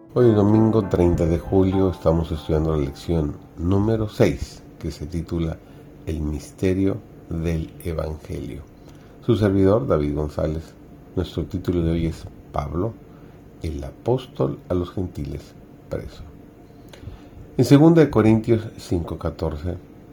Hoy domingo 30 de julio estamos estudiando la lección número 6 que se titula El misterio del Evangelio. Su servidor David González. Nuestro título de hoy es Pablo, el apóstol a los gentiles, preso. En 2 Corintios 5:14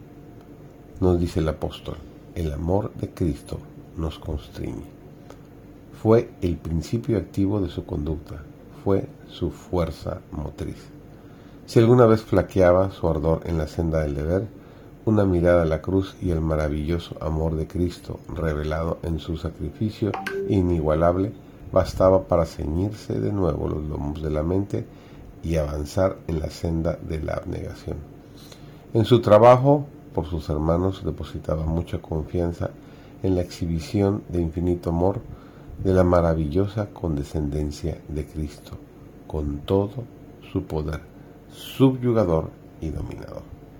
nos dice el apóstol: el amor de Cristo nos constriñe. Fue el principio activo de su conducta, fue su fuerza motriz. Si alguna vez flaqueaba su ardor en la senda del deber, una mirada a la cruz y el maravilloso amor de Cristo revelado en su sacrificio inigualable bastaba para ceñirse de nuevo los lomos de la mente y avanzar en la senda de la abnegación. En su trabajo por sus hermanos depositaba mucha confianza en la exhibición de infinito amor de la maravillosa condescendencia de Cristo, con todo su poder subyugador y dominador.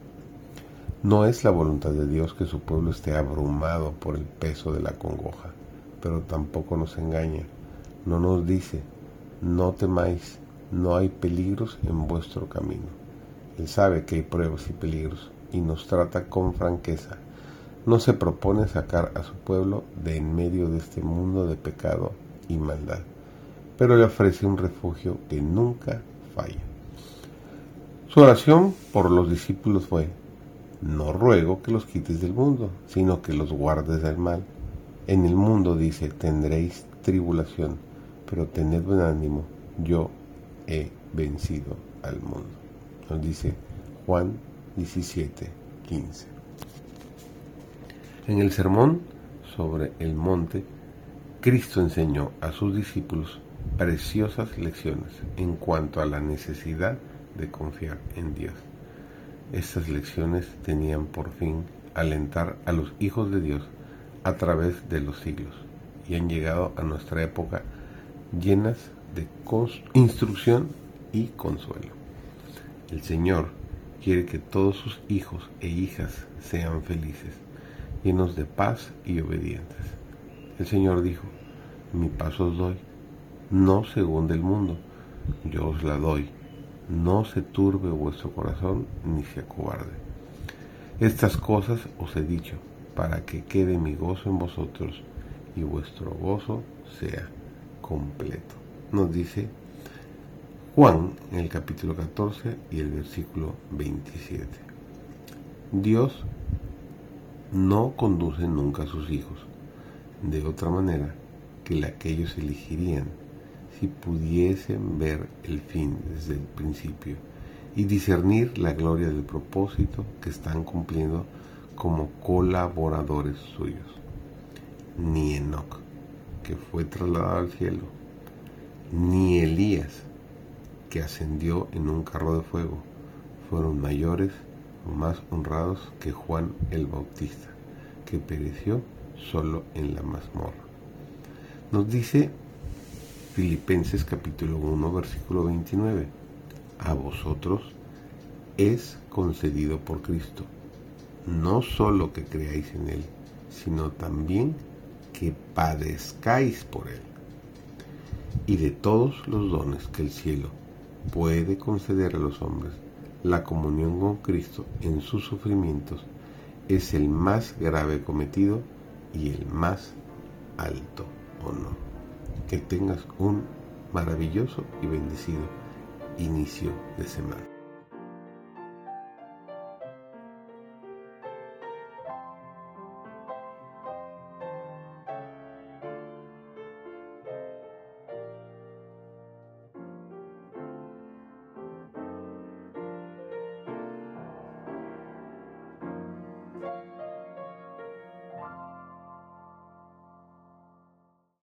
No es la voluntad de Dios que su pueblo esté abrumado por el peso de la congoja, pero tampoco nos engaña. No nos dice: no temáis, no hay peligros en vuestro camino. Él sabe que hay pruebas y peligros y nos trata con franqueza. No se propone sacar a su pueblo de en medio de este mundo de pecado y maldad, pero le ofrece un refugio que nunca falla. Su oración por los discípulos fue: no ruego que los quites del mundo, sino que los guardes del mal. En el mundo, dice, tendréis tribulación, pero tened buen ánimo, yo he vencido al mundo. Nos dice Juan 17:15. En el sermón sobre el monte, Cristo enseñó a sus discípulos preciosas lecciones en cuanto a la necesidad de confiar en Dios. Estas lecciones tenían por fin alentar a los hijos de Dios a través de los siglos y han llegado a nuestra época llenas de instrucción y consuelo. El Señor quiere que todos sus hijos e hijas sean felices, llenos de paz y obedientes. El Señor dijo: mi paz os doy, no según del mundo, yo os la doy, no se turbe vuestro corazón ni se acobarde. Estas cosas os he dicho, para que quede mi gozo en vosotros y vuestro gozo sea completo. Nos dice Juan en el capítulo 14 y el versículo 27. Dios no conduce nunca a sus hijos de otra manera que la que ellos elegirían si pudiesen ver el fin desde el principio y discernir la gloria del propósito que están cumpliendo como colaboradores suyos. Ni Enoc, que fue trasladado al cielo, ni Elías, que ascendió en un carro de fuego, fueron mayores o más honrados que Juan el Bautista, que pereció solo en la mazmorra. Nos dice Filipenses capítulo 1 versículo 29: a vosotros es concedido por Cristo, no solo que creáis en Él, sino también que padezcáis por Él. Y de todos los dones que el cielo puede conceder a los hombres, la comunión con Cristo en sus sufrimientos es el más grave cometido y el más alto honor. Que tengas un maravilloso y bendecido inicio de semana.